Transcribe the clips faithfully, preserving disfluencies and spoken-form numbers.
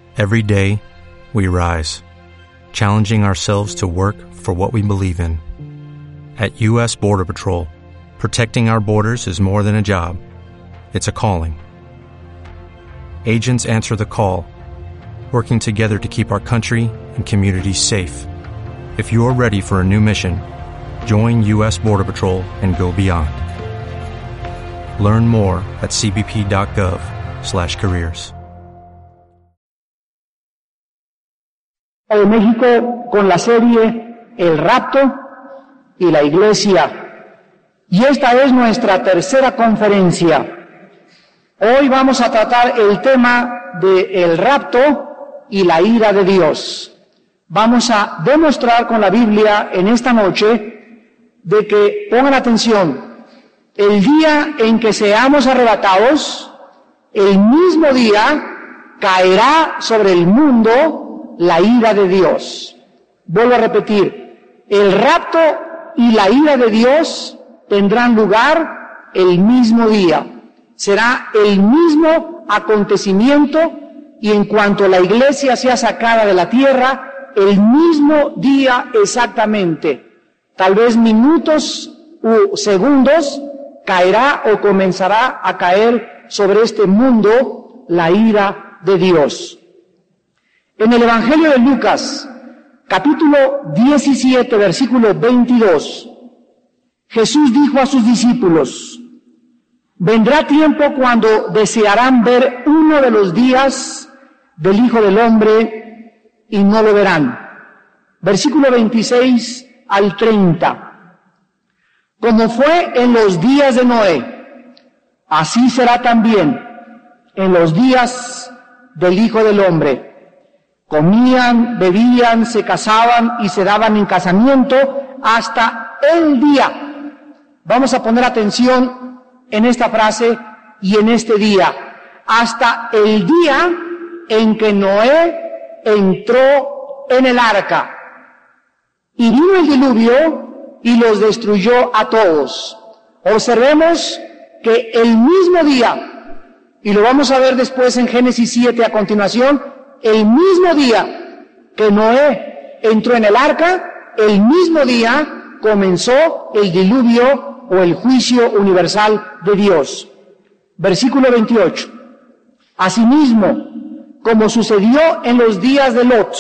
Every day, we rise, challenging ourselves to work for what we believe in. At U S Border Patrol, protecting our borders is more than a job. It's a calling. Agents answer the call, working together to keep our country and communities safe. If you are ready for a new mission, join U S Border Patrol and go beyond. Learn more at c b p dot gov slash careers. De México con la serie El Rapto y la Iglesia. Y esta es nuestra tercera conferencia. Hoy vamos a tratar el tema de el rapto y la ira de Dios. Vamos a demostrar con la Biblia en esta noche de que, pongan atención, el día en que seamos arrebatados, el mismo día caerá sobre el mundo la ira de Dios. Vuelvo a repetir, el rapto y la ira de Dios tendrán lugar el mismo día. Será el mismo acontecimiento y en cuanto la iglesia sea sacada de la tierra, el mismo día exactamente, tal vez minutos u segundos, caerá o comenzará a caer sobre este mundo la ira de Dios. En el Evangelio de Lucas, capítulo diecisiete, versículo veintidós, Jesús dijo a sus discípulos: vendrá tiempo cuando desearán ver uno de los días del Hijo del Hombre y no lo verán. Versículo veintiséis al treinta. Como fue en los días de Noé, así será también en los días del Hijo del Hombre. Comían, bebían, se casaban y se daban en casamiento hasta el día. Vamos a poner atención en esta frase y en este día. Hasta el día en que Noé entró en el arca. Y vino el diluvio y los destruyó a todos. Observemos que el mismo día, y lo vamos a ver después en Génesis siete a continuación, el mismo día que Noé entró en el arca, el mismo día comenzó el diluvio o el juicio universal de Dios. Versículo veintiocho. Asimismo, como sucedió en los días de Lot,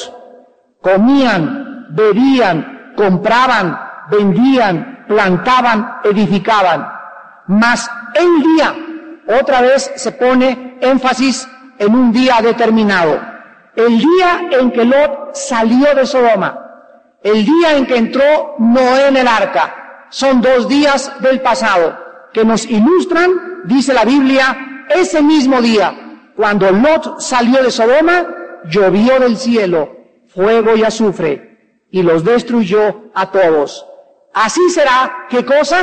comían, bebían, compraban, vendían, plantaban, edificaban. Mas el día, otra vez se pone énfasis en un día determinado. El día en que Lot salió de Sodoma, el día en que entró Noé en el arca, son dos días del pasado que nos ilustran, dice la Biblia, ese mismo día, cuando Lot salió de Sodoma, llovió del cielo fuego y azufre y los destruyó a todos. Así será, ¿qué cosa?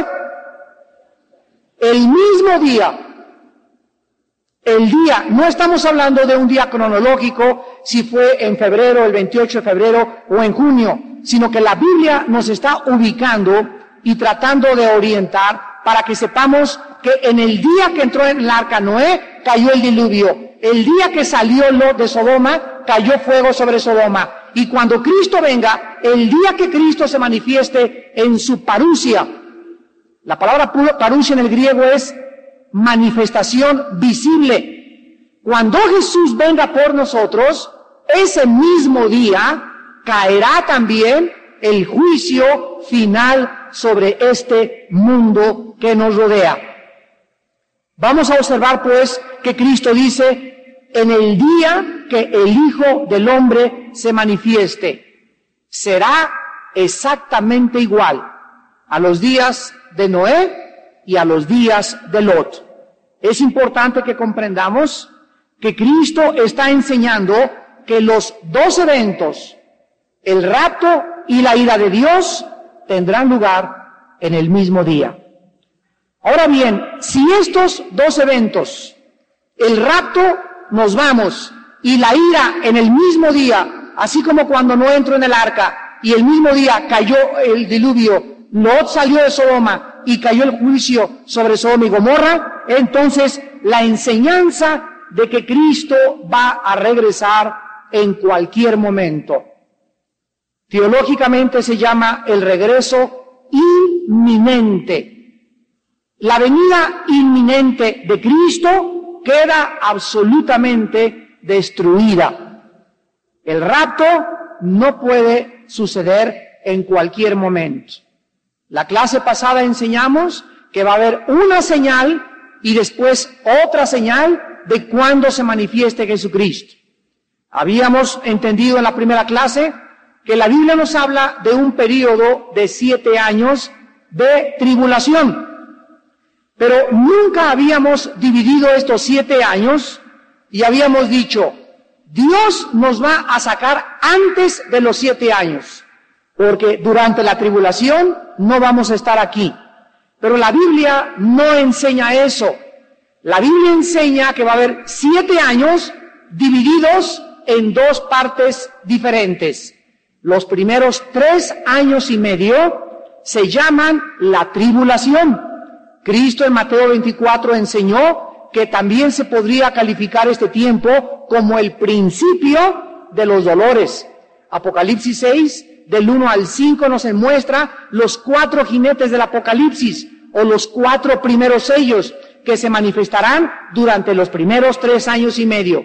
El mismo día. El día, no estamos hablando de un día cronológico, si fue en febrero, el veintiocho de febrero o en junio, sino que la Biblia nos está ubicando y tratando de orientar para que sepamos que en el día que entró en el arca Noé, cayó el diluvio. El día que salió Lot de Sodoma, cayó fuego sobre Sodoma. Y cuando Cristo venga, el día que Cristo se manifieste en su parusia, la palabra parusia en el griego es manifestación visible. Cuando Jesús venga por nosotros, ese mismo día caerá también el juicio final sobre este mundo que nos rodea. Vamos a observar pues que Cristo dice, en el día que el Hijo del Hombre se manifieste, será exactamente igual a los días de Noé y a los días de Lot. Es importante que comprendamos que Cristo está enseñando que los dos eventos, el rapto y la ira de Dios, tendrán lugar en el mismo día. Ahora bien, si estos dos eventos, el rapto, nos vamos, y la ira en el mismo día, así como cuando no entró en el arca, y el mismo día cayó el diluvio, Lot salió de Sodoma y cayó el juicio sobre Sodoma y Gomorra, entonces la enseñanza de que Cristo va a regresar en cualquier momento. Teológicamente se llama el regreso inminente. La venida inminente de Cristo queda absolutamente destruida. El rapto no puede suceder en cualquier momento. La clase pasada enseñamos que va a haber una señal y después otra señal de cuándo se manifieste Jesucristo. Habíamos entendido en la primera clase que la Biblia nos habla de un periodo de siete años de tribulación. Pero nunca habíamos dividido estos siete años y habíamos dicho, Dios nos va a sacar antes de los siete años, porque durante la tribulación no vamos a estar aquí. Pero la Biblia no enseña eso. La Biblia enseña que va a haber siete años divididos en dos partes diferentes. Los primeros tres años y medio se llaman la tribulación. Cristo en Mateo veinticuatro enseñó que también se podría calificar este tiempo como el principio de los dolores. Apocalipsis seis, del uno al cinco, nos muestra los cuatro jinetes del Apocalipsis, o los cuatro primeros sellos, que se manifestarán durante los primeros tres años y medio.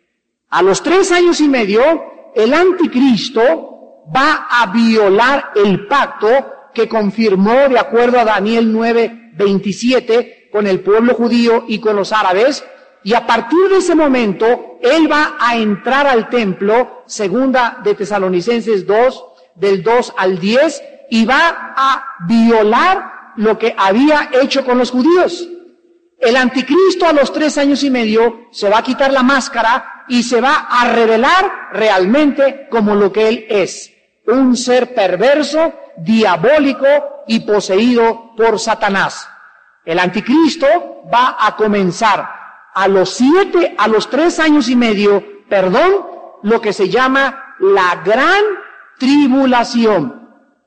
A los tres años y medio, el anticristo va a violar el pacto que confirmó, de acuerdo a Daniel nueve veintisiete, con el pueblo judío y con los árabes, y a partir de ese momento, él va a entrar al templo, segunda de Tesalonicenses dos, del dos al diez, y va a violar lo que había hecho con los judíos. El anticristo a los tres años y medio se va a quitar la máscara y se va a revelar realmente como lo que él es, un ser perverso, diabólico y poseído por Satanás. El anticristo va a comenzar a los siete, a los tres años y medio, perdón, lo que se llama la gran tribulación.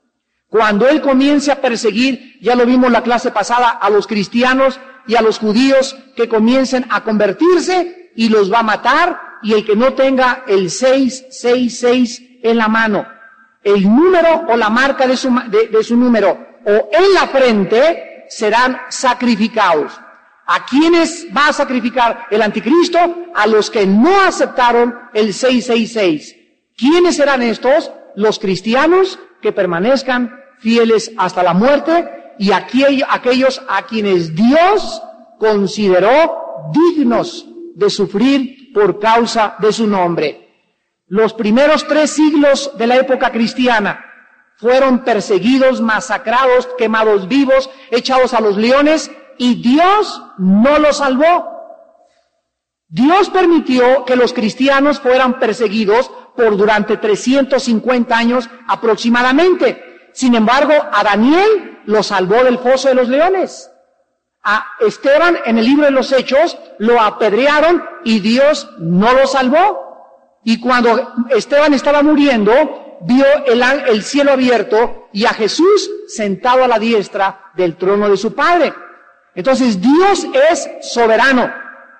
Cuando él comience a perseguir, ya lo vimos la clase pasada, a los cristianos y a los judíos que comiencen a convertirse y los va a matar, y el que no tenga el seis seis seis en la mano, el número o la marca de su, de, de su número o en la frente, serán sacrificados. ¿A quiénes va a sacrificar el anticristo? A los que no aceptaron el seis seis seis. ¿Quiénes serán estos? Los cristianos que permanezcan fieles hasta la muerte, y aquí, aquellos a quienes Dios consideró dignos de sufrir por causa de su nombre. Los primeros tres siglos de la época cristiana fueron perseguidos, masacrados, quemados vivos, echados a los leones, y Dios no los salvó. Dios permitió que los cristianos fueran perseguidos por durante trescientos cincuenta años aproximadamente. Sin embargo, a Daniel lo salvó del foso de los leones. A Esteban, en el libro de los Hechos, lo apedrearon y Dios no lo salvó. Y cuando Esteban estaba muriendo, vio el, el cielo abierto y a Jesús sentado a la diestra del trono de su Padre. Entonces, Dios es soberano.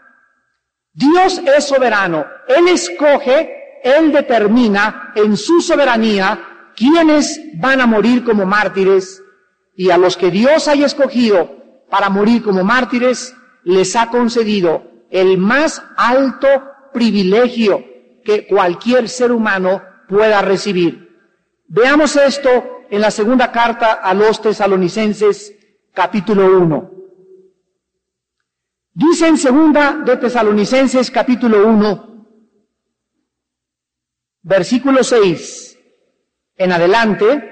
Dios es soberano. Él escoge, Él determina en su soberanía quiénes van a morir como mártires, y a los que Dios haya escogido para morir como mártires, les ha concedido el más alto privilegio que cualquier ser humano pueda recibir. Veamos esto en la segunda carta a los Tesalonicenses, capítulo uno. Dice en segunda de Tesalonicenses, capítulo uno, versículo seis en adelante,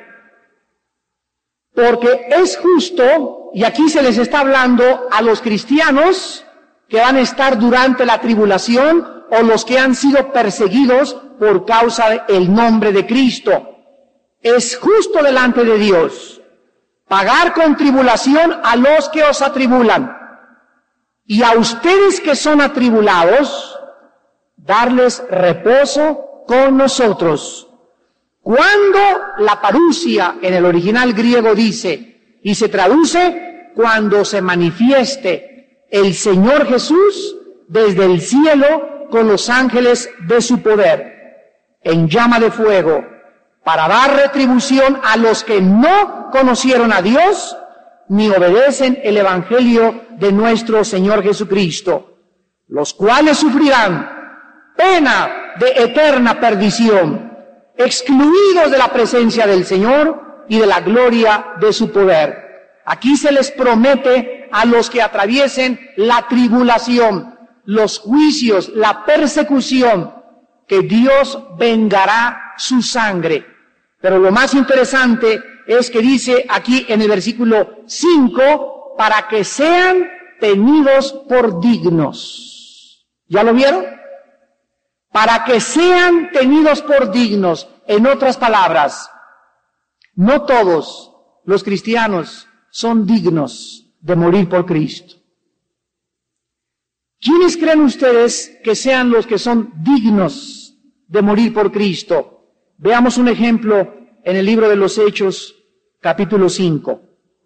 porque es justo, y aquí se les está hablando a los cristianos que van a estar durante la tribulación, o los que han sido perseguidos por causa del nombre de Cristo. Es justo delante de Dios pagar con tribulación a los que os atribulan, y a ustedes que son atribulados, darles reposo con nosotros. Cuando la parusia en el original griego dice, y se traduce, cuando se manifieste el Señor Jesús desde el cielo con los ángeles de su poder. en llama de fuego, para dar retribución a los que no conocieron a Dios ni obedecen el Evangelio de nuestro Señor Jesucristo, los cuales sufrirán pena de eterna perdición, excluidos de la presencia del Señor y de la gloria de su poder. Aquí se les promete a los que atraviesen la tribulación, los juicios, la persecución, que Dios vengará su sangre. Pero lo más interesante es que dice aquí en el versículo cinco, para que sean tenidos por dignos. ¿Ya lo vieron? Para que sean tenidos por dignos. En otras palabras, no todos los cristianos son dignos de morir por Cristo. ¿Quiénes creen ustedes que sean los que son dignos de morir por Cristo? Veamos un ejemplo en el libro de los Hechos, capítulo cinco.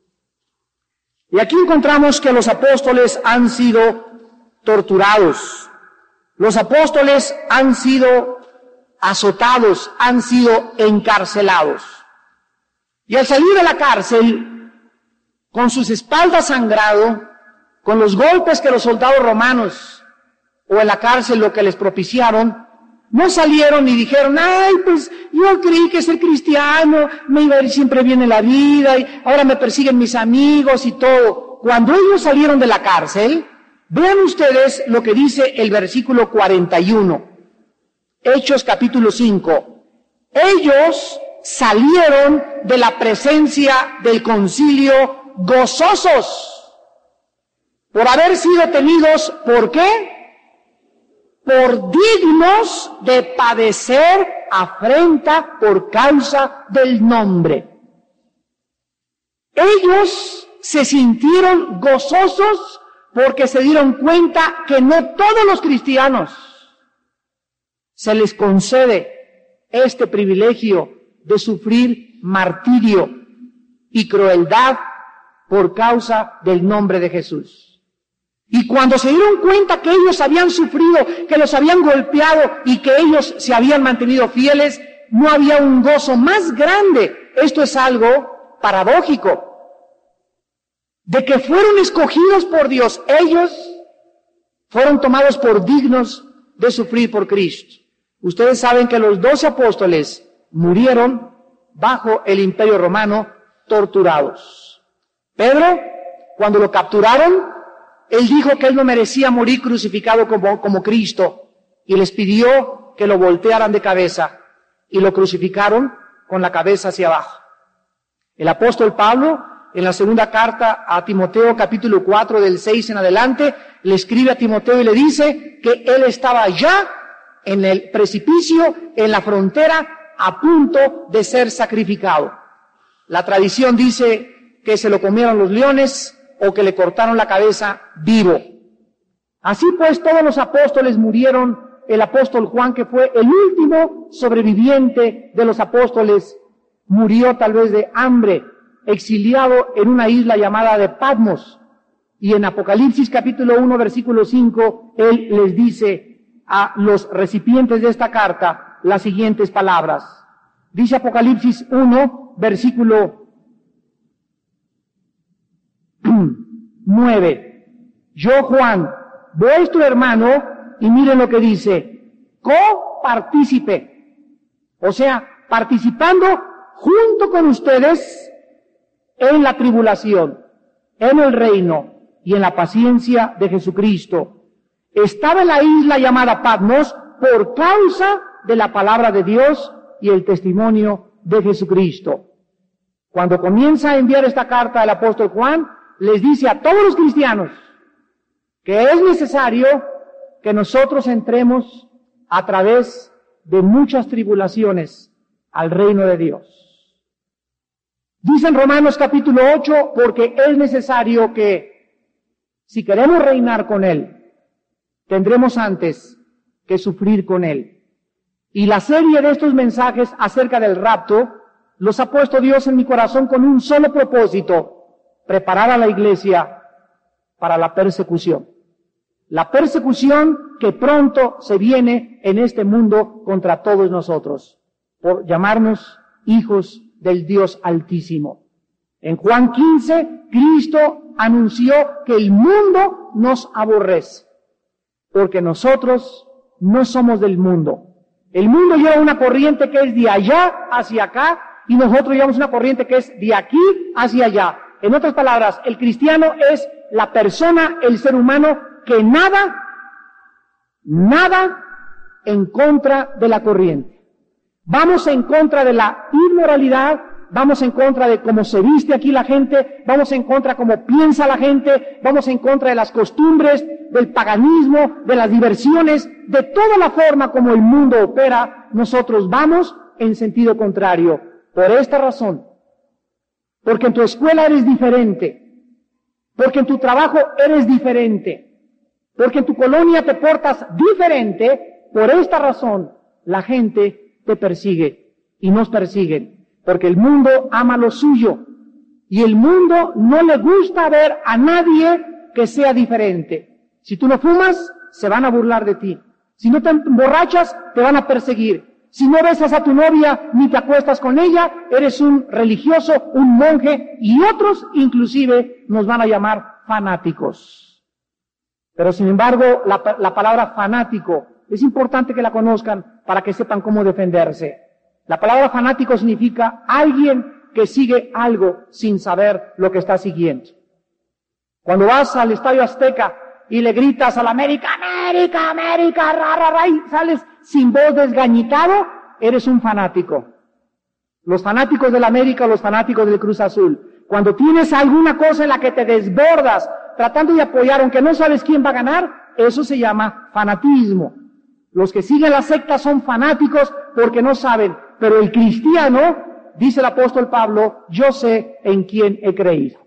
Y aquí encontramos que los apóstoles han sido torturados. Los apóstoles han sido azotados, han sido encarcelados. Y al salir de la cárcel, con sus espaldas sangrado, con los golpes que los soldados romanos o en la cárcel lo que les propiciaron, no salieron y dijeron, ay, pues yo creí que ser cristiano me iba a ir siempre bien en la vida y ahora me persiguen mis amigos y todo. Cuando ellos salieron de la cárcel, vean ustedes lo que dice el versículo cuarenta y uno, Hechos capítulo cinco. Ellos salieron de la presencia del concilio gozosos por haber sido tenidos, ¿por qué? Por dignos de padecer afrenta por causa del nombre. Ellos se sintieron gozosos porque se dieron cuenta que no todos los cristianos se les concede este privilegio de sufrir martirio y crueldad por causa del nombre de Jesús. Y cuando se dieron cuenta que ellos habían sufrido, que los habían golpeado y que ellos se habían mantenido fieles, no había un gozo más grande. Esto es algo paradójico. De que fueron escogidos por Dios, ellos fueron tomados por dignos de sufrir por Cristo. Ustedes saben que los doce apóstoles murieron bajo el Imperio Romano, torturados. Pedro, cuando lo capturaron, él dijo que él no merecía morir crucificado como, como Cristo y les pidió que lo voltearan de cabeza y lo crucificaron con la cabeza hacia abajo. El apóstol Pablo, en la segunda carta a Timoteo, capítulo cuatro, del seis en adelante, le escribe a Timoteo y le dice que él estaba ya en el precipicio, en la frontera, a punto de ser sacrificado. La tradición dice que se lo comieron los leones o que le cortaron la cabeza vivo. Así pues, todos los apóstoles murieron. El apóstol Juan, que fue el último sobreviviente de los apóstoles, murió tal vez de hambre, exiliado en una isla llamada de Patmos. Y en Apocalipsis capítulo uno, versículo cinco, él les dice a los recipientes de esta carta las siguientes palabras. Dice Apocalipsis uno, versículo nueve. Yo, Juan, vuestro hermano, y miren lo que dice, copartícipe, o sea, participando junto con ustedes en la tribulación, en el reino y en la paciencia de Jesucristo. Estaba en la isla llamada Patmos por causa de la palabra de Dios y el testimonio de Jesucristo. Cuando comienza a enviar esta carta al apóstol Juan, les dice a todos los cristianos que es necesario que nosotros entremos a través de muchas tribulaciones al reino de Dios. Dice en Romanos capítulo ocho, porque es necesario que, si queremos reinar con Él, tendremos antes que sufrir con Él. Y la serie de estos mensajes acerca del rapto los ha puesto Dios en mi corazón con un solo propósito: preparar a la iglesia para la persecución. la persecución que pronto se viene en este mundo contra todos nosotros, por llamarnos hijos del Dios Altísimo. En Juan quince, Cristo anunció que el mundo nos aborrece, porque nosotros no somos del mundo. El mundo lleva una corriente que es de allá hacia acá, y nosotros llevamos una corriente que es de aquí hacia allá. En otras palabras, el cristiano es la persona, el ser humano, que nada, nada en contra de la corriente. Vamos en contra de la inmoralidad, vamos en contra de cómo se viste aquí la gente, vamos en contra de cómo piensa la gente, vamos en contra de las costumbres, del paganismo, de las diversiones, de toda la forma como el mundo opera. Nosotros vamos en sentido contrario. Por esta razón, porque en tu escuela eres diferente, porque en tu trabajo eres diferente, porque en tu colonia te portas diferente, por esta razón la gente te persigue y nos persiguen, porque el mundo ama lo suyo y el mundo no le gusta ver a nadie que sea diferente. Si tú no fumas, se van a burlar de ti. Si no te emborrachas, te van a perseguir. Si no besas a tu novia ni te acuestas con ella, eres un religioso, un monje, y otros inclusive nos van a llamar fanáticos. Pero sin embargo, la, la palabra fanático es importante que la conozcan para que sepan cómo defenderse. La palabra fanático significa alguien que sigue algo sin saber lo que está siguiendo. Cuando vas al Estadio Azteca y le gritas a la América, América, América, ra, ra, ra, y sales sin voz, desgañitado, eres un fanático. Los fanáticos del América o los fanáticos del Cruz Azul. Cuando tienes alguna cosa en la que te desbordas, tratando de apoyar, aunque no sabes quién va a ganar, eso se llama fanatismo. Los que siguen la secta son fanáticos porque no saben, pero el cristiano, dice el apóstol Pablo, yo sé en quién he creído.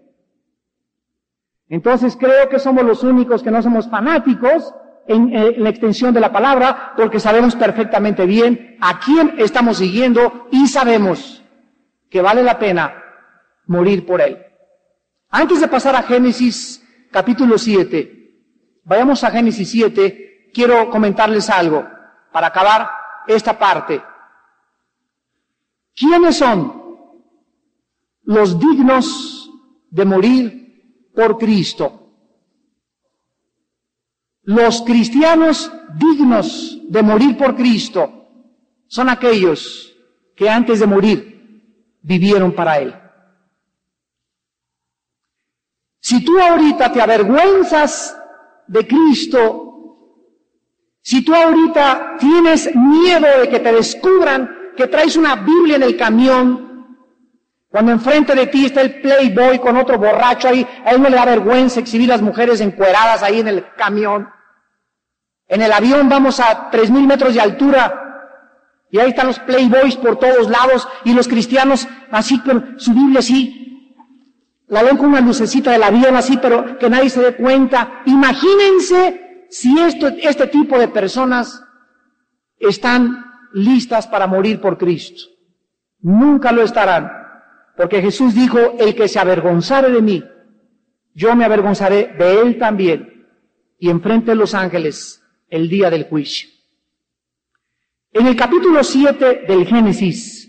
Entonces creo que somos los únicos que no somos fanáticos en, en la extensión de la palabra, porque sabemos perfectamente bien a quién estamos siguiendo y sabemos que vale la pena morir por él. Antes de pasar a Génesis capítulo siete, vayamos a Génesis siete, quiero comentarles algo para acabar esta parte. ¿Quiénes son los dignos de morir por Cristo? Los cristianos dignos de morir por Cristo son aquellos que antes de morir vivieron para Él. Si tú ahorita te avergüenzas de Cristo, si tú ahorita tienes miedo de que te descubran que traes una Biblia en el camión, cuando enfrente de ti está el playboy con otro borracho ahí, a él no le da vergüenza exhibir las mujeres encueradas ahí en el camión. En el avión vamos a tres mil metros de altura y ahí están los playboys por todos lados y los cristianos así con su Biblia así, la ven con una lucecita del avión así, pero que nadie se dé cuenta. Imagínense si esto, este tipo de personas están listas para morir por Cristo. Nunca lo estarán. Porque Jesús dijo, el que se avergonzare de mí, yo me avergonzaré de él también, y enfrente de los ángeles el día del juicio. En el capítulo siete del Génesis,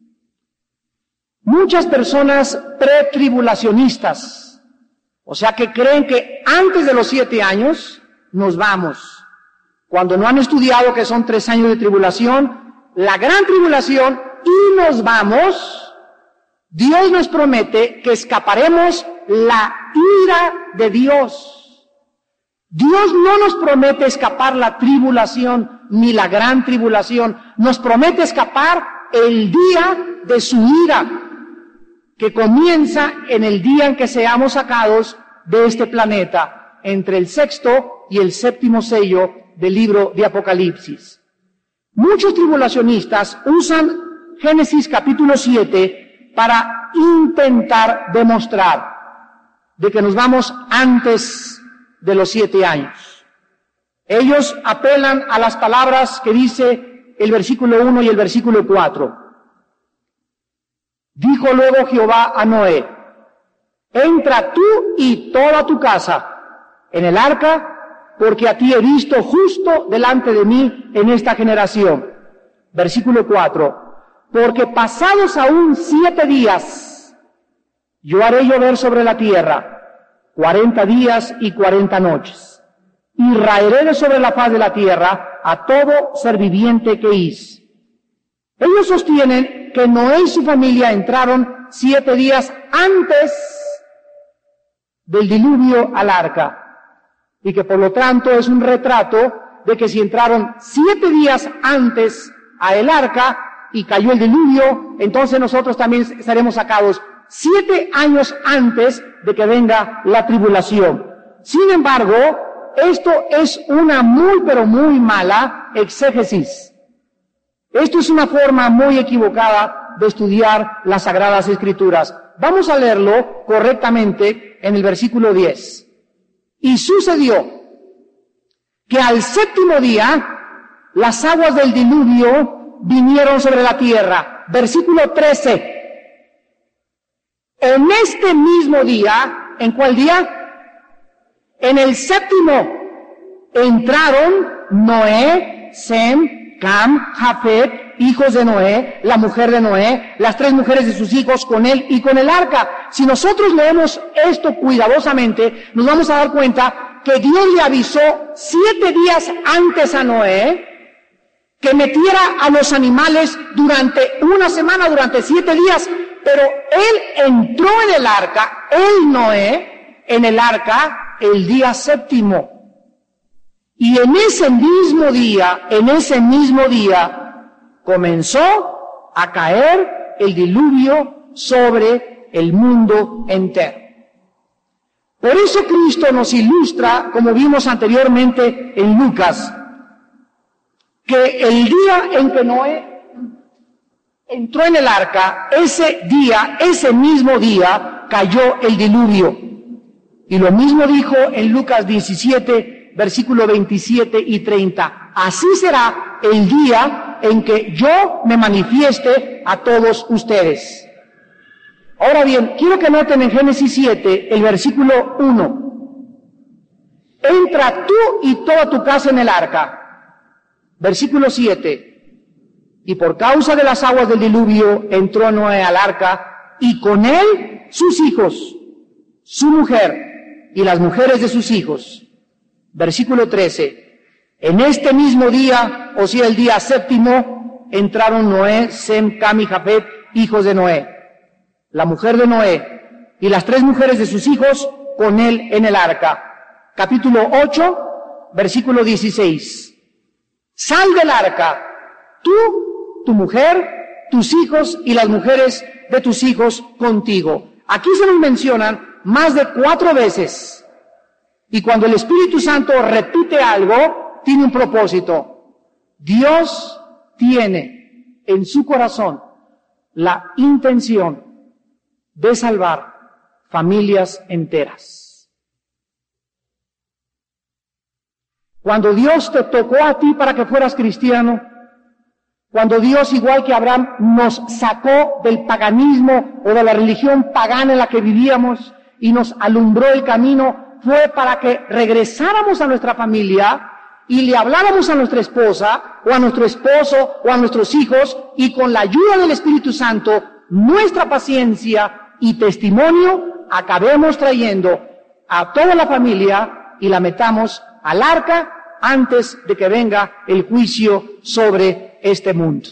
muchas personas pretribulacionistas, o sea que creen que antes de los siete años nos vamos, cuando no han estudiado que son tres años de tribulación, la gran tribulación, y nos vamos. Dios nos promete que escaparemos la ira de Dios. Dios no nos promete escapar la tribulación ni la gran tribulación. Nos promete escapar el día de su ira, que comienza en el día en que seamos sacados de este planeta, entre el sexto y el séptimo sello del libro de Apocalipsis. Muchos tribulacionistas usan Génesis capítulo siete para intentar demostrar de que nos vamos antes de los siete años. Ellos apelan a las palabras que dice el versículo uno y el versículo cuatro. Dijo luego Jehová a Noé, entra tú y toda tu casa en el arca, porque a ti he visto justo delante de mí en esta generación. Versículo cuatro. Porque pasados aún siete días, yo haré llover sobre la tierra cuarenta días y cuarenta noches, y raeré de sobre la faz de la tierra a todo ser viviente que hice. Ellos sostienen que Noé y su familia entraron siete días antes del diluvio al arca, y que por lo tanto es un retrato de que si entraron siete días antes a el arca y cayó el diluvio, entonces nosotros también estaremos sacados siete años antes de que venga la tribulación. Sin embargo, esto es una muy pero muy mala exégesis. Esto es una forma muy equivocada de estudiar las Sagradas Escrituras. Vamos a leerlo correctamente en el versículo diez. Y sucedió que al séptimo día las aguas del diluvio vinieron sobre la tierra. Versículo trece. En este mismo día, ¿en cuál día? En el séptimo entraron Noé, Sem, Cam, Jafet, hijos de Noé, la mujer de Noé, las tres mujeres de sus hijos con él y con el arca. Si nosotros leemos esto cuidadosamente, nos vamos a dar cuenta que Dios le avisó siete días antes a Noé que metiera a los animales durante una semana, durante siete días, pero él entró en el arca, él Noé, en el arca el día séptimo. Y en ese mismo día, en ese mismo día, comenzó a caer el diluvio sobre el mundo entero. Por eso Cristo nos ilustra, como vimos anteriormente en Lucas, que el día en que Noé entró en el arca, ese día, ese mismo día, cayó el diluvio. Y lo mismo dijo en Lucas diecisiete, versículo veintisiete y treinta. Así será el día en que yo me manifieste a todos ustedes. Ahora bien, quiero que noten en Génesis siete, el versículo uno. Entra tú y toda tu casa en el arca. Versículo siete. Y por causa de las aguas del diluvio entró Noé al arca, y con él sus hijos, su mujer y las mujeres de sus hijos. Versículo trece. En este mismo día, o sea el día séptimo, entraron Noé, Sem, Cam y Jafet, hijos de Noé, la mujer de Noé y las tres mujeres de sus hijos con él en el arca. Capítulo ocho, versículo dieciséis. Sal del arca, tú, tu mujer, tus hijos y las mujeres de tus hijos contigo. Aquí se nos mencionan más de cuatro veces. Y cuando el Espíritu Santo repite algo, tiene un propósito. Dios tiene en su corazón la intención de salvar familias enteras. Cuando Dios te tocó a ti para que fueras cristiano, cuando Dios, igual que Abraham, nos sacó del paganismo o de la religión pagana en la que vivíamos y nos alumbró el camino, fue para que regresáramos a nuestra familia y le habláramos a nuestra esposa o a nuestro esposo o a nuestros hijos, y con la ayuda del Espíritu Santo, nuestra paciencia y testimonio, acabemos trayendo a toda la familia y la metamos al arca antes de que venga el juicio sobre este mundo.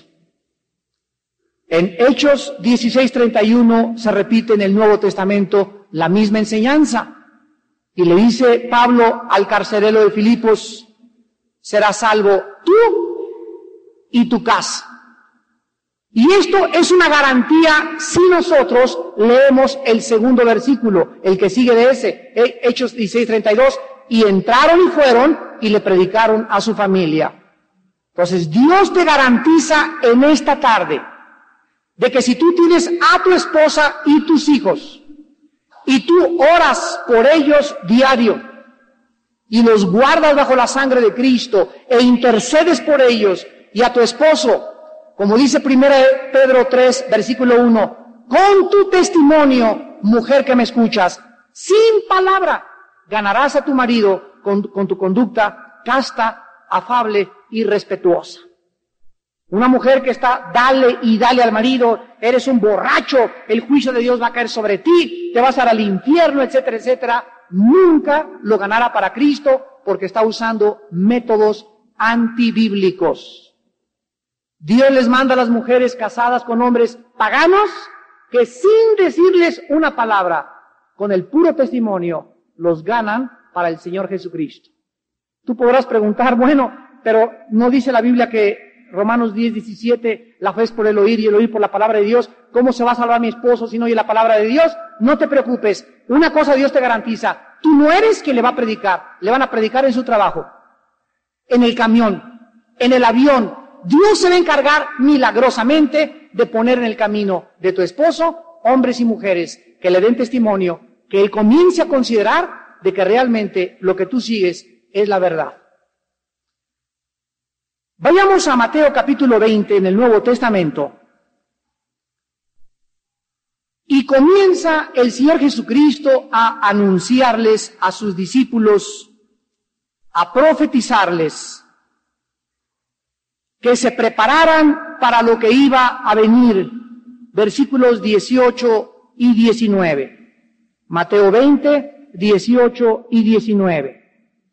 En Hechos dieciséis treinta y uno se repite en el Nuevo Testamento la misma enseñanza. Y le dice Pablo al carcelero de Filipos: serás salvo tú y tu casa. Y esto es una garantía si nosotros leemos el segundo versículo, el que sigue de ese, Hechos dieciséis treinta y dos, y entraron y fueron y le predicaron a su familia. Entonces Dios te garantiza en esta tarde de que si tú tienes a tu esposa y tus hijos, y tú oras por ellos diario, y los guardas bajo la sangre de Cristo, e intercedes por ellos, y a tu esposo, como dice primera Pedro tres, versículo uno, con tu testimonio, mujer que me escuchas, sin palabra, ganarás a tu marido con, con tu conducta casta, afable y respetuosa. Una mujer que está dale y dale al marido, eres un borracho, el juicio de Dios va a caer sobre ti, te vas a ir al infierno, etcétera, etcétera, nunca lo ganará para Cristo porque está usando métodos antibíblicos. Dios les manda a las mujeres casadas con hombres paganos que sin decirles una palabra, con el puro testimonio, los ganan para el Señor Jesucristo. Tú podrás preguntar, bueno, pero ¿no dice la Biblia que Romanos diez, diecisiete, la fe es por el oír y el oír por la palabra de Dios? ¿Cómo se va a salvar mi esposo si no oye la palabra de Dios? No te preocupes, una cosa Dios te garantiza, tú no eres quien le va a predicar, le van a predicar en su trabajo, en el camión, en el avión. Dios se va a encargar milagrosamente de poner en el camino de tu esposo hombres y mujeres que le den testimonio, que él comience a considerar de que realmente lo que tú sigues es la verdad. Vayamos a Mateo capítulo veinte en el Nuevo Testamento. Y comienza el Señor Jesucristo a anunciarles a sus discípulos, a profetizarles, que se prepararan para lo que iba a venir. Versículos dieciocho y diecinueve. Mateo veinte, dieciocho y diecinueve.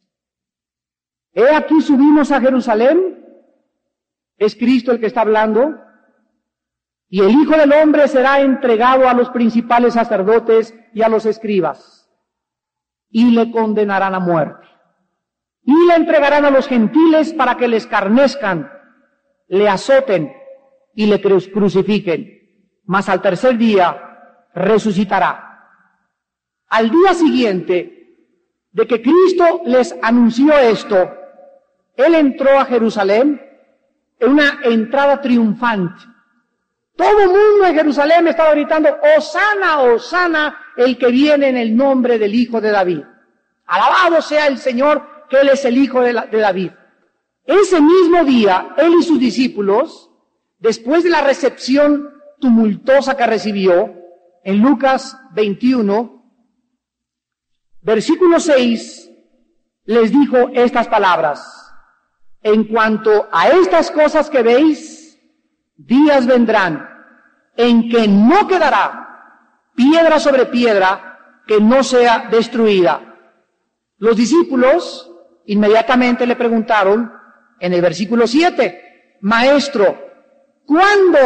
He aquí subimos a Jerusalén, es Cristo el que está hablando, y el Hijo del Hombre será entregado a los principales sacerdotes y a los escribas, y le condenarán a muerte, y le entregarán a los gentiles para que le escarnezcan, le azoten y le crucifiquen, mas al tercer día resucitará. Al día siguiente de que Cristo les anunció esto, Él entró a Jerusalén en una entrada triunfante. Todo el mundo en Jerusalén estaba gritando, Hosana, Hosana, el que viene en el nombre del Hijo de David. Alabado sea el Señor, que Él es el Hijo de, la, de David. Ese mismo día, Él y sus discípulos, después de la recepción tumultuosa que recibió, en Lucas veintiuno, versículo seis, les dijo estas palabras. En cuanto a estas cosas que veis, días vendrán en que no quedará piedra sobre piedra que no sea destruida. Los discípulos inmediatamente le preguntaron en el versículo siete, Maestro, ¿cuándo?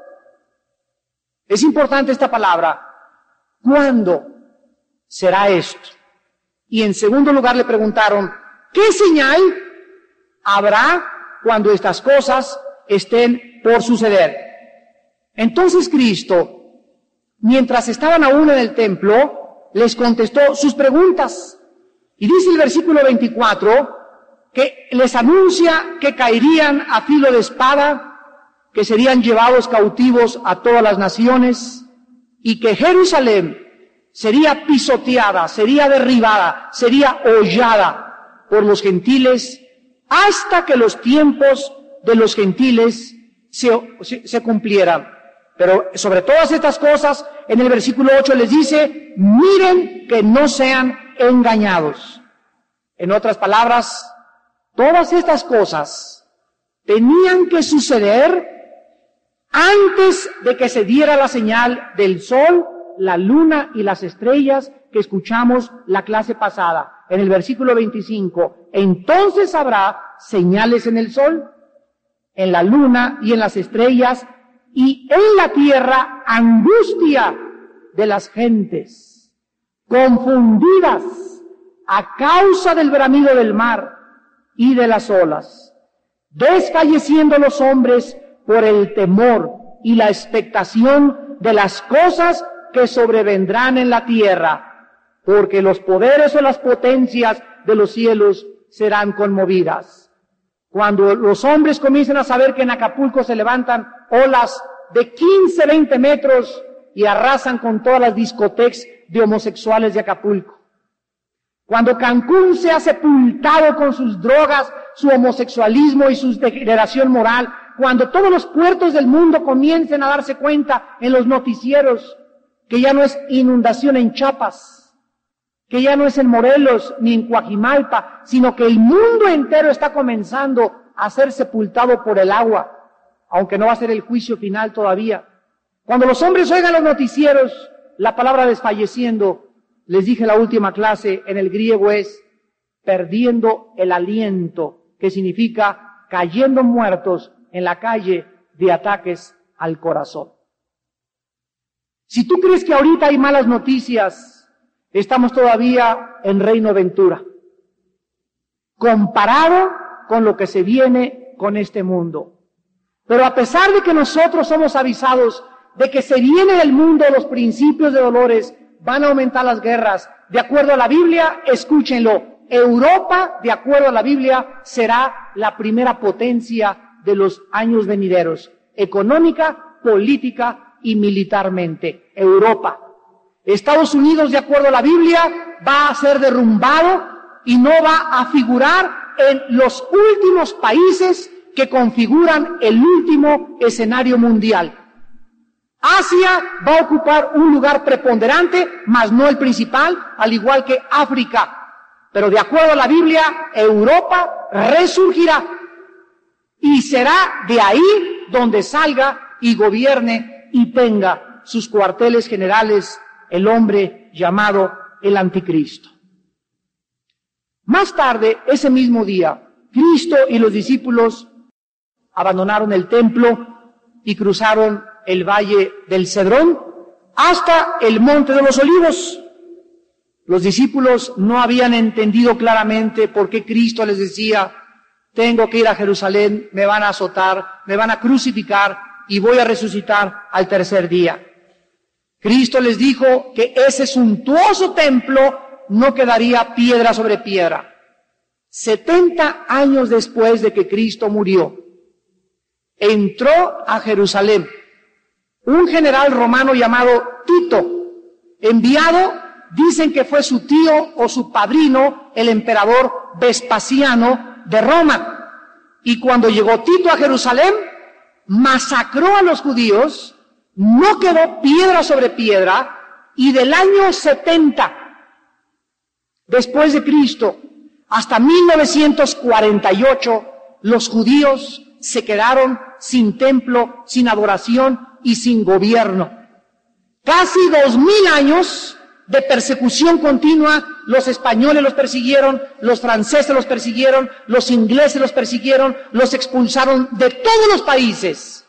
Es importante esta palabra, ¿cuándo será esto? Y en segundo lugar le preguntaron, ¿qué señal habrá cuando estas cosas estén por suceder? Entonces Cristo, mientras estaban aún en el templo, les contestó sus preguntas. Y dice el versículo veinticuatro, que les anuncia que caerían a filo de espada, que serían llevados cautivos a todas las naciones, y que Jerusalén sería pisoteada, sería derribada, sería hollada por los gentiles, hasta que los tiempos de los gentiles se, se, se cumplieran. Pero sobre todas estas cosas, en el versículo ocho les dice, miren que no sean engañados. En otras palabras, todas estas cosas tenían que suceder antes de que se diera la señal del sol, la luna y las estrellas que escuchamos la clase pasada. En el versículo veinticinco, entonces habrá señales en el sol, en la luna y en las estrellas, y en la tierra angustia de las gentes, confundidas a causa del bramido del mar y de las olas, desfalleciendo los hombres por el temor y la expectación de las cosas que sobrevendrán en la tierra, porque los poderes o las potencias de los cielos serán conmovidas. Cuando los hombres comiencen a saber que en Acapulco se levantan olas de quince, veinte metros y arrasan con todas las discotecas de homosexuales de Acapulco. Cuando Cancún se ha sepultado con sus drogas, su homosexualismo y su degeneración moral, cuando todos los puertos del mundo comiencen a darse cuenta en los noticieros que ya no es inundación en Chiapas, que ya no es en Morelos ni en Coajimalpa, sino que el mundo entero está comenzando a ser sepultado por el agua, aunque no va a ser el juicio final todavía. Cuando los hombres oigan los noticieros, la palabra desfalleciendo, les dije en la última clase, en el griego es perdiendo el aliento, que significa cayendo muertos en la calle de ataques al corazón. Si tú crees que ahorita hay malas noticias, estamos todavía en Reino Ventura, comparado con lo que se viene con este mundo. Pero a pesar de que nosotros somos avisados de que se viene del mundo los principios de dolores, van a aumentar las guerras. De acuerdo a la Biblia, escúchenlo, Europa, de acuerdo a la Biblia, será la primera potencia de los años venideros, económica, política y militarmente. Europa. Estados Unidos, de acuerdo a la Biblia, va a ser derrumbado y no va a figurar en los últimos países que configuran el último escenario mundial. Asia va a ocupar un lugar preponderante, mas no el principal, al igual que África. Pero de acuerdo a la Biblia, Europa resurgirá y será de ahí donde salga y gobierne y tenga sus cuarteles generales el hombre llamado el Anticristo. Más tarde, ese mismo día, Cristo y los discípulos abandonaron el templo y cruzaron el valle del Cedrón hasta el monte de los Olivos. Los discípulos no habían entendido claramente por qué Cristo les decía, tengo que ir a Jerusalén, me van a azotar, me van a crucificar y voy a resucitar al tercer día. Cristo les dijo que ese suntuoso templo no quedaría piedra sobre piedra. Setenta años después de que Cristo murió, entró a Jerusalén un general romano llamado Tito, enviado, dicen que fue su tío o su padrino, el emperador Vespasiano de Roma. Y cuando llegó Tito a Jerusalén, masacró a los judíos, no quedó piedra sobre piedra, y del año setenta después de Cristo hasta mil novecientos cuarenta y ocho, los judíos se quedaron sin templo, sin adoración y sin gobierno. Casi dos mil años de persecución continua. Los españoles los persiguieron, los franceses los persiguieron, los ingleses los persiguieron, los expulsaron de todos los países.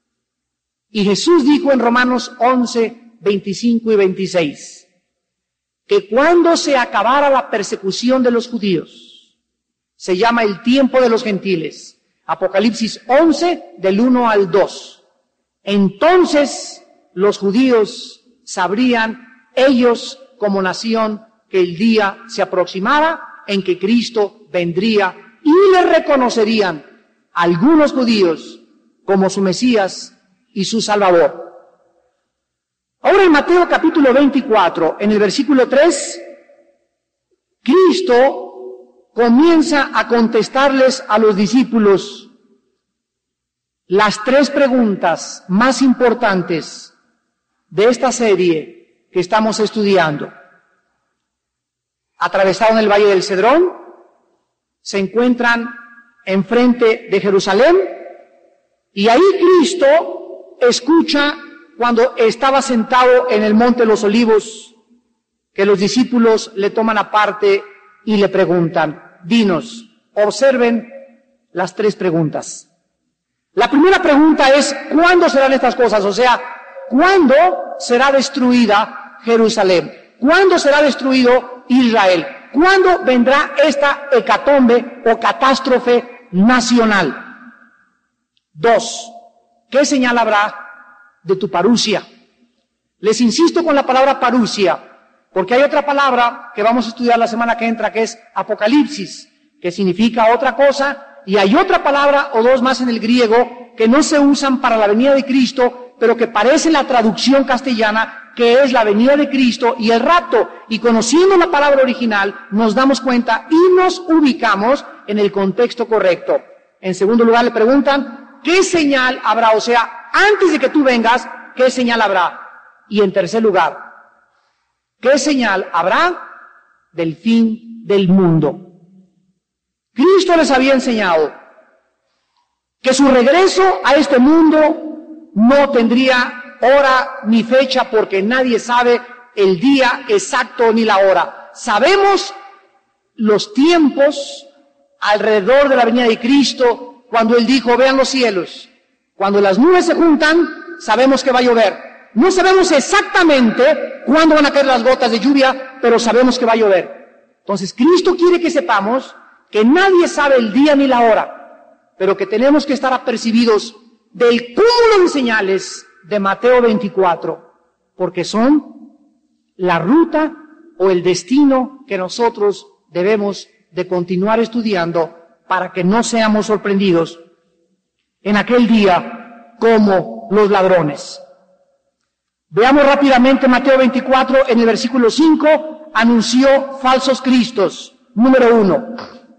Y Jesús dijo en Romanos once, veinticinco y veintiséis, que cuando se acabara la persecución de los judíos, se llama el tiempo de los gentiles. Apocalipsis once, del uno al dos. Entonces los judíos sabrían, ellos como nación, que el día se aproximaba en que Cristo vendría y le reconocerían algunos judíos como su Mesías y su Salvador. Ahora en Mateo capítulo veinticuatro, en el versículo tres, Cristo comienza a contestarles a los discípulos las tres preguntas más importantes de esta serie que estamos estudiando. Atravesaron el valle del Cedrón, se encuentran enfrente de Jerusalén, y ahí Cristo escucha cuando estaba sentado en el monte de los Olivos, que los discípulos le toman aparte y le preguntan, dinos, observen las tres preguntas. La primera pregunta es, ¿cuándo serán estas cosas? O sea, ¿cuándo será destruida Jerusalén? ¿Cuándo será destruido Israel? ¿Cuándo vendrá esta hecatombe o catástrofe nacional? Dos, ¿qué señal habrá de tu parusia? Les insisto con la palabra parusia, porque hay otra palabra que vamos a estudiar la semana que entra, que es apocalipsis, que significa otra cosa, y hay otra palabra o dos más en el griego que no se usan para la venida de Cristo, pero que parece la traducción castellana, que es la venida de Cristo y el rapto. Y conociendo la palabra original, nos damos cuenta y nos ubicamos en el contexto correcto. En segundo lugar, le preguntan, ¿qué señal habrá? O sea, antes de que tú vengas, ¿qué señal habrá? Y en tercer lugar, ¿qué señal habrá del fin del mundo. Cristo les había enseñado que su regreso a este mundo no tendría hora ni fecha, porque nadie sabe el día exacto ni la hora. Sabemos los tiempos alrededor de la venida de Cristo, cuando Él dijo, vean los cielos, cuando las nubes se juntan, sabemos que va a llover. No sabemos exactamente cuándo van a caer las gotas de lluvia, pero sabemos que va a llover. Entonces, Cristo quiere que sepamos que nadie sabe el día ni la hora, pero que tenemos que estar apercibidos del cúmulo de señales de Mateo veinticuatro, porque son la ruta o el destino que nosotros debemos de continuar estudiando para que no seamos sorprendidos en aquel día como los ladrones. Veamos rápidamente Mateo veinticuatro, en el versículo cinco, anunció falsos cristos. Número uno.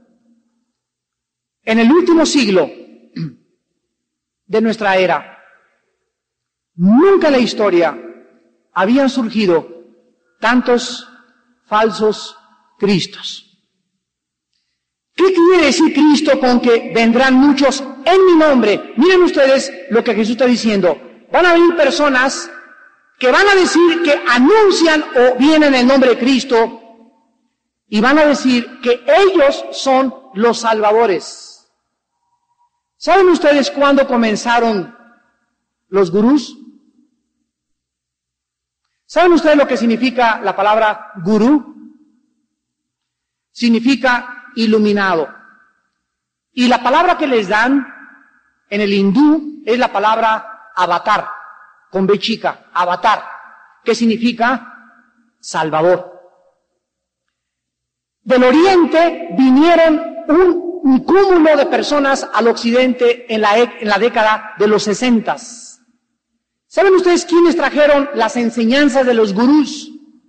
En el último siglo de nuestra era, nunca en la historia habían surgido tantos falsos cristos. ¿Qué quiere decir Cristo con que vendrán muchos en mi nombre? Miren ustedes lo que Jesús está diciendo. Van a venir personas que van a decir que anuncian o vienen en el nombre de Cristo y van a decir que ellos son los salvadores. ¿Saben ustedes cuándo comenzaron los gurús? ¿Saben ustedes lo que significa la palabra gurú? Significa iluminado. Y la palabra que les dan en el hindú es la palabra avatar, con B chica, avatar, que significa salvador. Del oriente vinieron un, un cúmulo de personas al occidente en la, en la década de los sesentas. ¿Saben ustedes quiénes trajeron las enseñanzas de los gurús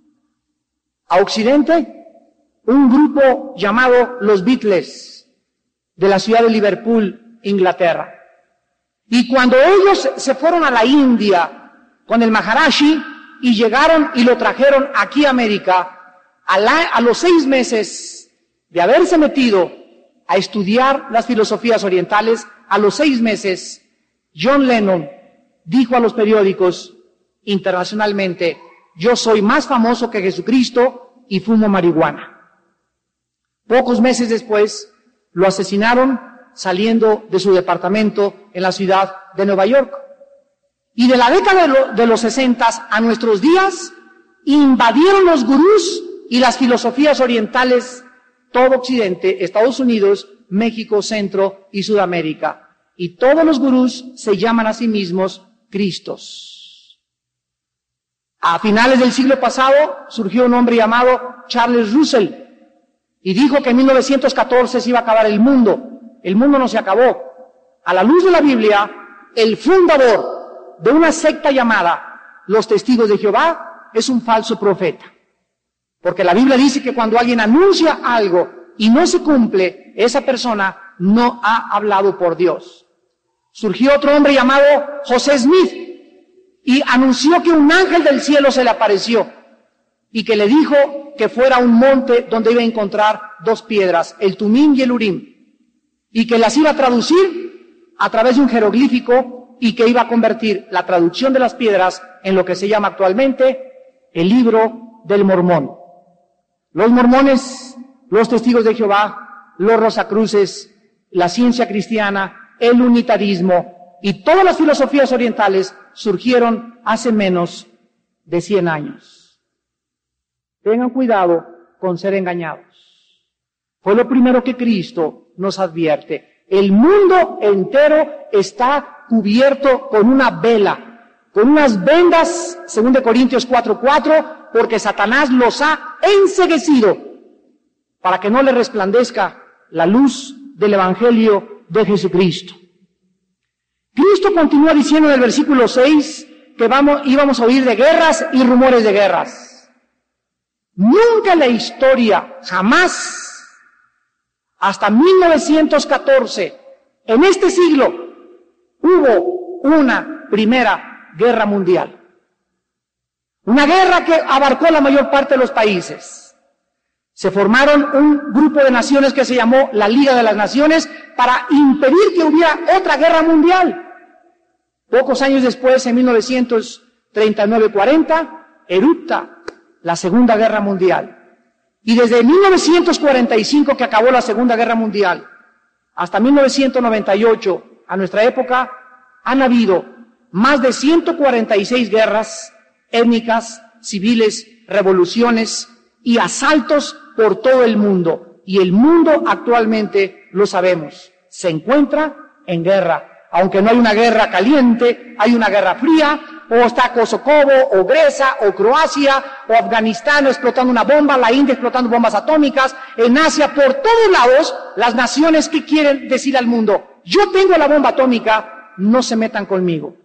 a occidente? Un grupo llamado los Beatles, de la ciudad de Liverpool, Inglaterra. Y cuando ellos se fueron a la India con el Maharashi y llegaron y lo trajeron aquí a América, a, la, a los seis meses de haberse metido a estudiar las filosofías orientales, a los seis meses, John Lennon dijo a los periódicos internacionalmente, yo soy más famoso que Jesucristo y fumo marihuana. Pocos meses después, lo asesinaron saliendo de su departamento en la ciudad de Nueva York. Y de la década de, lo, de los sesentas a nuestros días, invadieron los gurús y las filosofías orientales todo Occidente, Estados Unidos, México, Centro y Sudamérica. Y todos los gurús se llaman a sí mismos Cristos. A finales del siglo pasado surgió un hombre llamado Charles Russell y dijo que en mil novecientos catorce se iba a acabar el mundo. El mundo no se acabó. A la luz de la Biblia, el fundador de una secta llamada los Testigos de Jehová es un falso profeta. Porque la Biblia dice que cuando alguien anuncia algo y no se cumple, esa persona no ha hablado por Dios. Surgió otro hombre llamado José Smith y anunció que un ángel del cielo se le apareció y que le dijo que fuera a un monte donde iba a encontrar dos piedras, el Tumim y el Urim, y que las iba a traducir a través de un jeroglífico y que iba a convertir la traducción de las piedras en lo que se llama actualmente el libro del Mormón. Los mormones, los testigos de Jehová, los rosacruces, la ciencia cristiana, el unitarismo y todas las filosofías orientales surgieron hace menos de cien años. Tengan cuidado con ser engañados. Fue lo primero que Cristo nos advierte. El mundo entero está cubierto con una vela, con unas vendas, según de Corintios cuatro cuatro, porque Satanás los ha enceguecido para que no le resplandezca la luz del Evangelio de Jesucristo. Cristo continúa diciendo en el versículo seis que vamos, íbamos a oír de guerras y rumores de guerras. Nunca en la historia, jamás, hasta mil novecientos catorce, en este siglo, hubo una primera guerra mundial. Una guerra que abarcó la mayor parte de los países. Se formaron un grupo de naciones que se llamó la Liga de las Naciones para impedir que hubiera otra guerra mundial. Pocos años después, en mil novecientos treinta y nueve cuarenta, erupta la Segunda Guerra Mundial. Y desde mil novecientos cuarenta y cinco, que acabó la Segunda Guerra Mundial, hasta mil novecientos noventa y ocho, a nuestra época, han habido más de ciento cuarenta y seis guerras étnicas, civiles, revoluciones y asaltos por todo el mundo. Y el mundo actualmente, lo sabemos, se encuentra en guerra. Aunque no hay una guerra caliente, hay una guerra fría, o está Kosovo, o Grecia, o Croacia, o Afganistán explotando una bomba, la India explotando bombas atómicas, en Asia, por todos lados, las naciones que quieren decir al mundo, yo tengo la bomba atómica, no se metan conmigo.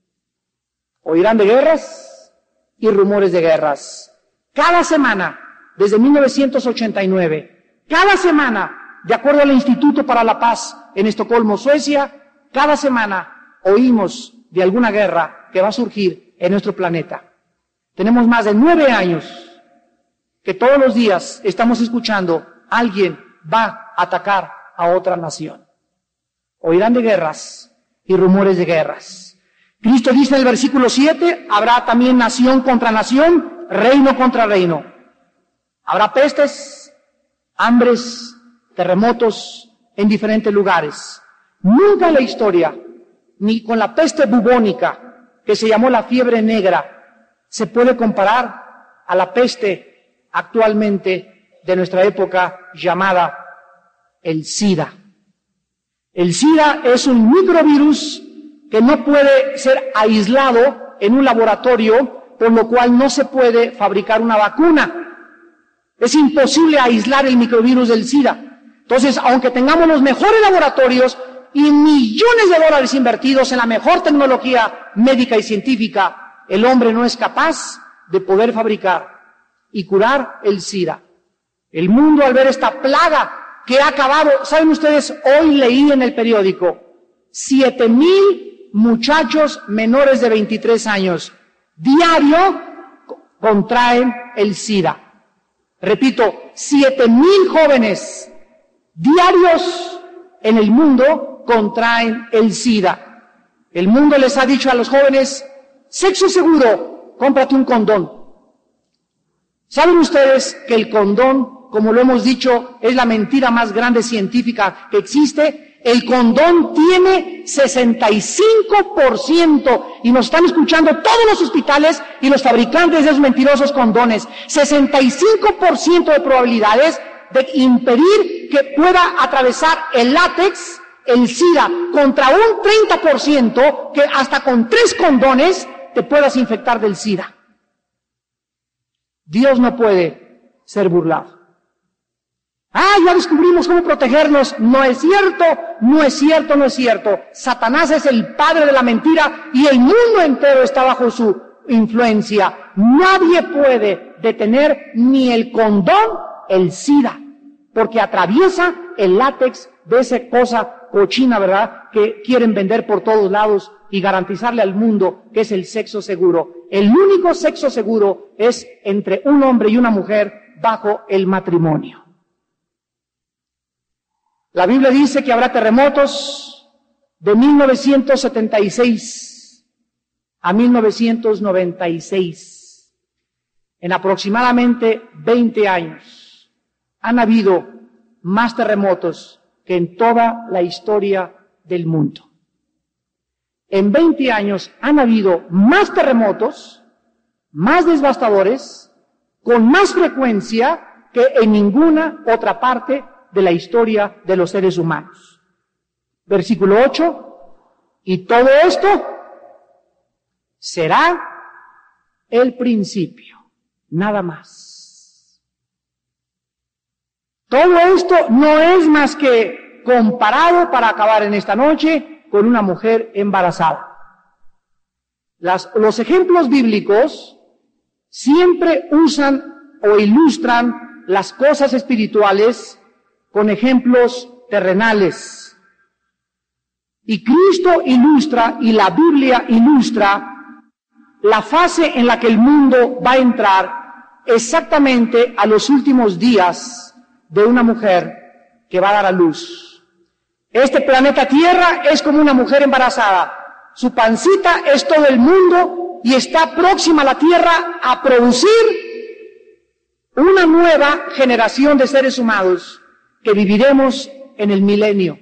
Oirán de guerras y rumores de guerras. Cada semana, desde mil novecientos ochenta y nueve, cada semana, de acuerdo al Instituto para la Paz en Estocolmo, Suecia, cada semana oímos de alguna guerra que va a surgir en nuestro planeta. Tenemos más de nueve años que todos los días estamos escuchando alguien va a atacar a otra nación. Oirán de guerras y rumores de guerras. Cristo dice en el versículo siete, habrá también nación contra nación, reino contra reino. Habrá pestes, hambres, terremotos en diferentes lugares. Nunca en la historia, ni con la peste bubónica, que se llamó la fiebre negra, se puede comparar a la peste actualmente de nuestra época llamada el SIDA. El SIDA es un microvirus que no puede ser aislado en un laboratorio, por lo cual no se puede fabricar una vacuna. Es imposible aislar el microvirus del SIDA. Entonces, aunque tengamos los mejores laboratorios, y millones de dólares invertidos en la mejor tecnología médica y científica, el hombre no es capaz de poder fabricar y curar el SIDA. El mundo, al ver esta plaga que ha acabado, ¿saben ustedes? Hoy leí en el periódico, siete mil muchachos menores de veintitrés años diario contraen el SIDA. Repito, siete mil jóvenes diarios en el mundo contraen el SIDA. El mundo les ha dicho a los jóvenes, sexo seguro, cómprate un condón. ¿Saben ustedes que el condón, como lo hemos dicho, es la mentira más grande científica que existe? El condón tiene sesenta y cinco por ciento, y nos están escuchando todos los hospitales y los fabricantes de esos mentirosos condones, sesenta y cinco por ciento de probabilidades de impedir que pueda atravesar el látex el SIDA, contra un treinta por ciento que hasta con tres condones te puedas infectar del SIDA. Dios no puede ser burlado. Ah, ya descubrimos cómo protegernos. No es cierto, no es cierto, no es cierto. Satanás es el padre de la mentira y el mundo entero está bajo su influencia. Nadie puede detener ni el condón, el SIDA, porque atraviesa el látex de esa cosa cochina, ¿verdad?, que quieren vender por todos lados y garantizarle al mundo que es el sexo seguro. El único sexo seguro es entre un hombre y una mujer bajo el matrimonio. La Biblia dice que habrá terremotos de mil novecientos setenta y seis a mil novecientos noventa y seis. En aproximadamente veinte años han habido más terremotos que en toda la historia del mundo. En veinte años han habido más terremotos, más devastadores, con más frecuencia que en ninguna otra parte de la historia de los seres humanos. Versículo ocho, y todo esto será el principio, nada más. Todo esto no es más que comparado, para acabar en esta noche, con una mujer embarazada. Las, los ejemplos bíblicos siempre usan o ilustran las cosas espirituales con ejemplos terrenales. Y Cristo ilustra, y la Biblia ilustra, la fase en la que el mundo va a entrar exactamente a los últimos días de una mujer que va a dar a luz. Este planeta Tierra es como una mujer embarazada. Su pancita es todo el mundo y está próxima a la Tierra a producir una nueva generación de seres humanos que viviremos en el milenio.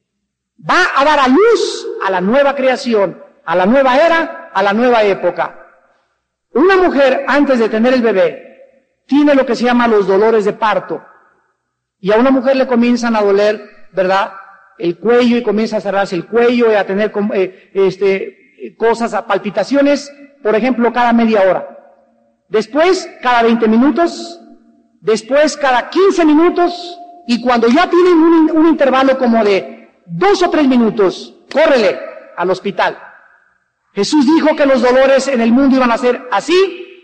Va a dar a luz a la nueva creación, a la nueva era, a la nueva época. Una mujer, antes de tener el bebé, tiene lo que se llama los dolores de parto. Y a una mujer le comienzan a doler, ¿verdad?, el cuello, y comienza a cerrarse el cuello y a tener eh, este, cosas, a palpitaciones, por ejemplo, cada media hora. Después, cada veinte minutos, después, cada quince minutos, y cuando ya tienen un, un intervalo como de dos o tres minutos, córrele al hospital. Jesús dijo que los dolores en el mundo iban a ser así,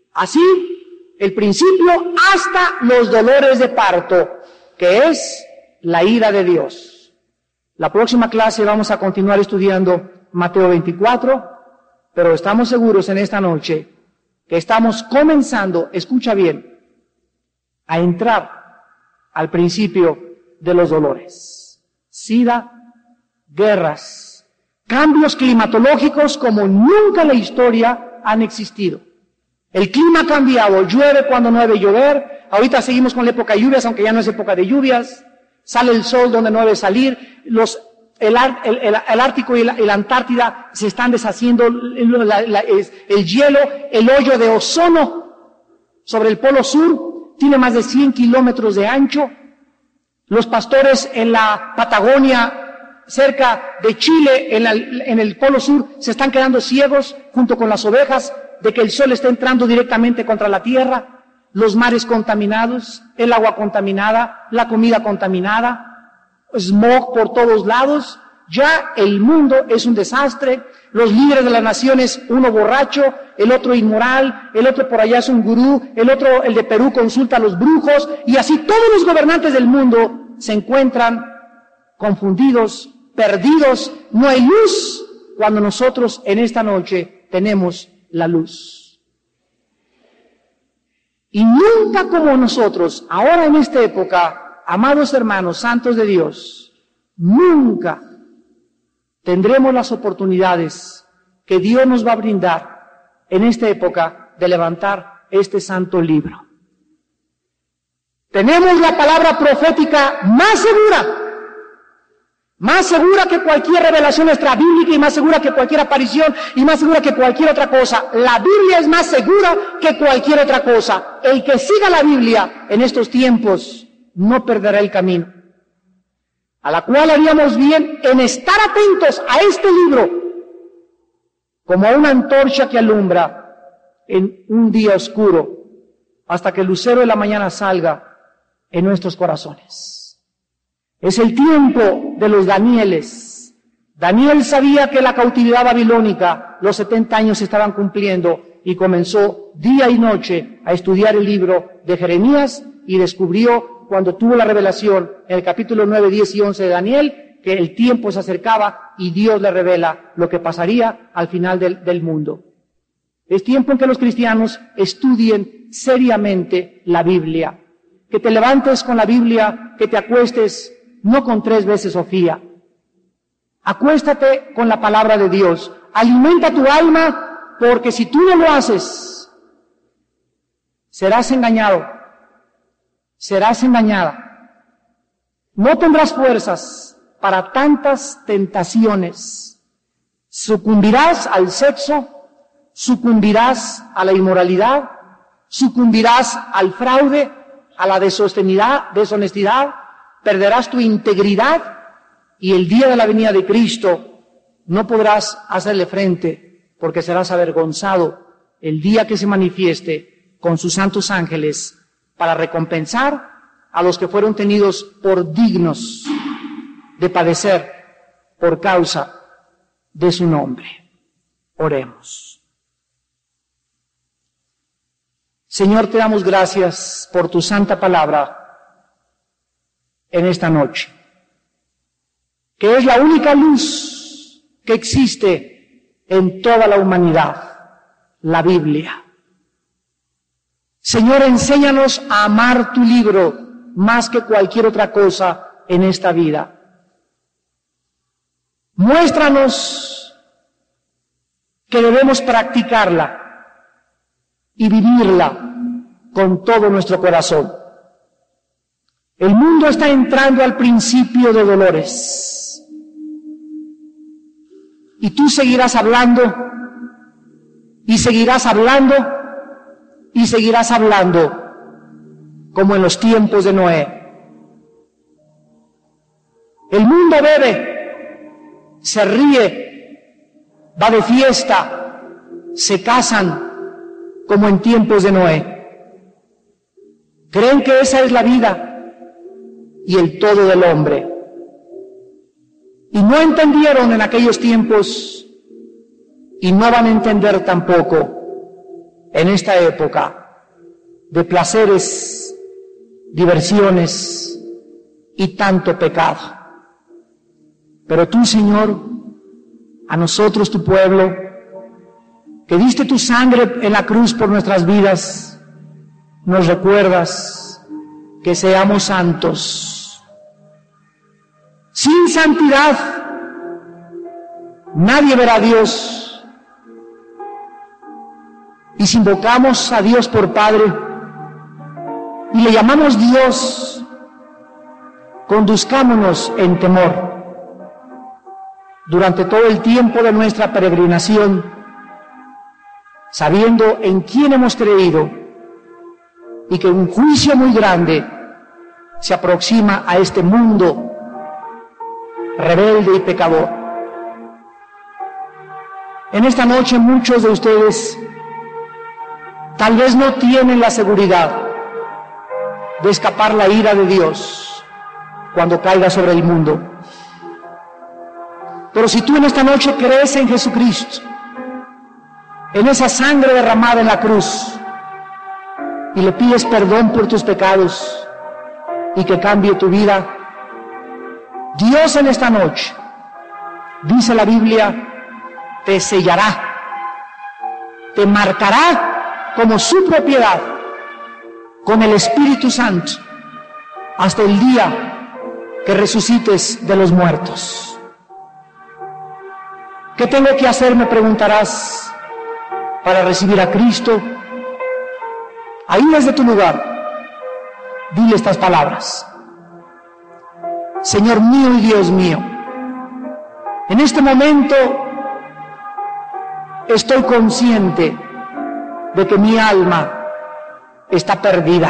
así, el principio hasta los dolores de parto, que es la ira de Dios. La próxima clase vamos a continuar estudiando Mateo veinticuatro, pero estamos seguros en esta noche que estamos comenzando, escucha bien, a entrar al principio de los dolores. SIDA, guerras, cambios climatológicos como nunca en la historia han existido. El clima ha cambiado, llueve cuando no debe llover, ahorita seguimos con la época de lluvias, aunque ya no es época de lluvias, sale el sol donde no debe salir, los, el, el, el, el Ártico y la, y la Antártida se están deshaciendo, la, la, el hielo, el hoyo de ozono sobre el Polo Sur tiene más de cien kilómetros de ancho, los pastores en la Patagonia, cerca de Chile, en, la, en el Polo Sur, se están quedando ciegos junto con las ovejas de que el sol está entrando directamente contra la tierra, los mares contaminados, el agua contaminada, la comida contaminada, smog por todos lados, ya el mundo es un desastre, los líderes de las naciones, uno borracho, el otro inmoral, el otro por allá es un gurú, el otro, el de Perú, consulta a los brujos, y así todos los gobernantes del mundo se encuentran confundidos, perdidos, no hay luz, cuando nosotros en esta noche tenemos la luz. Y nunca como nosotros, ahora en esta época, amados hermanos, santos de Dios, nunca tendremos las oportunidades que Dios nos va a brindar en esta época de levantar este santo libro. Tenemos la palabra profética más segura, más segura que cualquier revelación extrabíblica y más segura que cualquier aparición y más segura que cualquier otra cosa. La Biblia es más segura que cualquier otra cosa. El que siga la Biblia en estos tiempos no perderá el camino. A la cual haríamos bien en estar atentos a este libro como a una antorcha que alumbra en un día oscuro hasta que el lucero de la mañana salga en nuestros corazones. Es el tiempo de los Danieles. Daniel sabía que la cautividad babilónica, los setenta años se estaban cumpliendo y comenzó día y noche a estudiar el libro de Jeremías y descubrió cuando tuvo la revelación en el capítulo nueve, diez y once de Daniel que el tiempo se acercaba y Dios le revela lo que pasaría al final del, del mundo. Es tiempo en que los cristianos estudien seriamente la Biblia. Que te levantes con la Biblia, que te acuestes no con tres veces Sofía. Acuéstate con la palabra de Dios. Alimenta tu alma, porque si tú no lo haces, serás engañado. Serás engañada. No tendrás fuerzas para tantas tentaciones. Sucumbirás al sexo, sucumbirás a la inmoralidad, sucumbirás al fraude, a la deshonestidad, deshonestidad, perderás tu integridad y el día de la venida de Cristo no podrás hacerle frente porque serás avergonzado el día que se manifieste con sus santos ángeles para recompensar a los que fueron tenidos por dignos de padecer por causa de su nombre. Oremos. Señor, te damos gracias por tu santa palabra en esta noche, que es la única luz que existe en toda la humanidad, la Biblia. Señor, enséñanos a amar tu libro más que cualquier otra cosa en esta vida. Muéstranos que debemos practicarla y vivirla con todo nuestro corazón. El mundo está entrando al principio de dolores. Y tú seguirás hablando, y seguirás hablando, y seguirás hablando, como en los tiempos de Noé. El mundo bebe, se ríe, va de fiesta, se casan, como en tiempos de Noé. Creen que esa es la vida y el todo del hombre. Y no entendieron en aquellos tiempos y no van a entender tampoco en esta época de placeres, diversiones y tanto pecado. Pero tú, Señor, a nosotros, tu pueblo, que diste tu sangre en la cruz por nuestras vidas, nos recuerdas que seamos santos. Sin santidad nadie verá a Dios. Y si invocamos a Dios por Padre y le llamamos Dios, conduzcámonos en temor durante todo el tiempo de nuestra peregrinación, sabiendo en quién hemos creído y que un juicio muy grande se aproxima a este mundo rebelde y pecador. En esta noche muchos de ustedes tal vez no tienen la seguridad de escapar la ira de Dios cuando caiga sobre el mundo. Pero si tú en esta noche crees en Jesucristo, en esa sangre derramada en la cruz, y le pides perdón por tus pecados y que cambie tu vida, Dios en esta noche, dice la Biblia, te sellará, te marcará como su propiedad con el Espíritu Santo hasta el día que resucites de los muertos. ¿Qué tengo que hacer?, me preguntarás, para recibir a Cristo. Ahí desde tu lugar, dile estas palabras: Señor mío y Dios mío, en este momento estoy consciente de que mi alma está perdida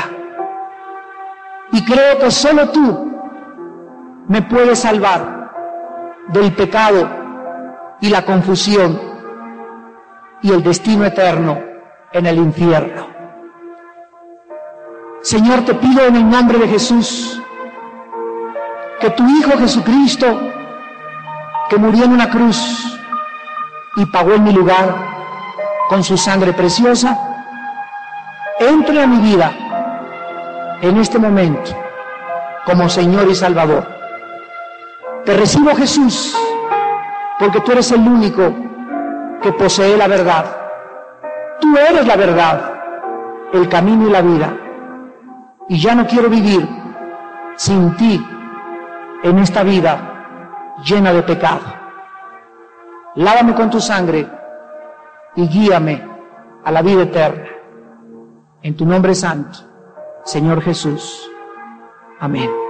y creo que solo tú me puedes salvar del pecado y la confusión y el destino eterno en el infierno. Señor, te pido en el nombre de Jesús que tu Hijo Jesucristo, que murió en una cruz y pagó en mi lugar con su sangre preciosa, entre a mi vida en este momento como Señor y Salvador. Te recibo, Jesús, porque tú eres el único que posee la verdad. Tú eres la verdad, el camino y la vida. Y ya no quiero vivir sin ti en esta vida llena de pecado. Lávame con tu sangre y guíame a la vida eterna. En tu nombre santo, Señor Jesús. Amén.